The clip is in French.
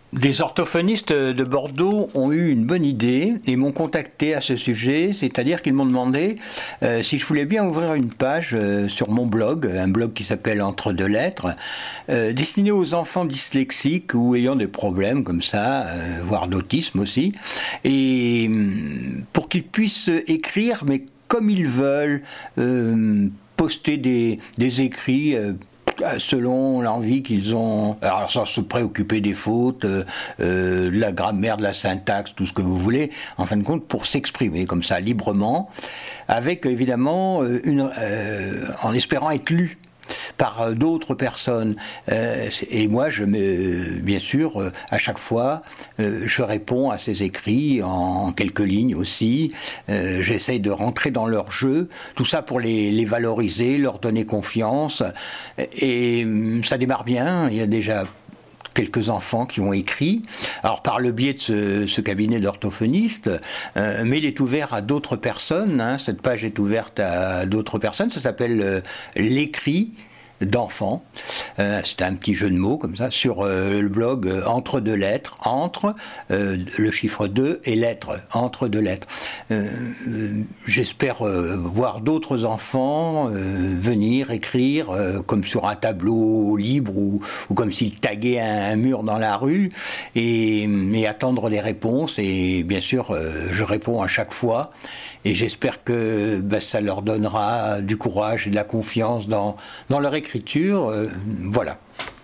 Des orthophonistes de Bordeaux ont eu une bonne idée et m'ont contacté à ce sujet, c'est-à-dire qu'ils m'ont demandé si je voulais bien ouvrir une page sur mon blog, un blog qui s'appelle Entre deux lettres, destiné aux enfants dyslexiques ou ayant des problèmes comme ça, voire d'autisme aussi, et pour qu'ils puissent écrire, mais comme ils veulent, poster des écrits selon l'envie qu'ils ont, alors sans se préoccuper des fautes, de la grammaire, de la syntaxe, tout ce que vous voulez, en fin de compte, pour s'exprimer comme ça, librement, avec évidemment, en espérant être lu par d'autres personnes. Et moi, bien sûr, à chaque fois, je réponds à ces écrits en quelques lignes aussi. J'essaye de rentrer dans leur jeu, tout ça pour les valoriser, leur donner confiance. Et ça démarre bien. Il y a déjà quelques enfants qui ont écrit, alors par le biais de ce cabinet d'orthophonistes, mais il est ouvert à d'autres personnes, hein, cette page est ouverte à d'autres personnes, ça s'appelle l'écrit d'enfants, c'est un petit jeu de mots comme ça, sur le blog Entre deux lettres, entre le chiffre 2 et lettres, entre deux lettres. J'espère voir d'autres enfants venir écrire comme sur un tableau libre ou comme s'ils taguaient un mur dans la rue et attendre les réponses, et bien sûr je réponds à chaque fois et j'espère que ça leur donnera du courage et de la confiance dans leur écriture, voilà.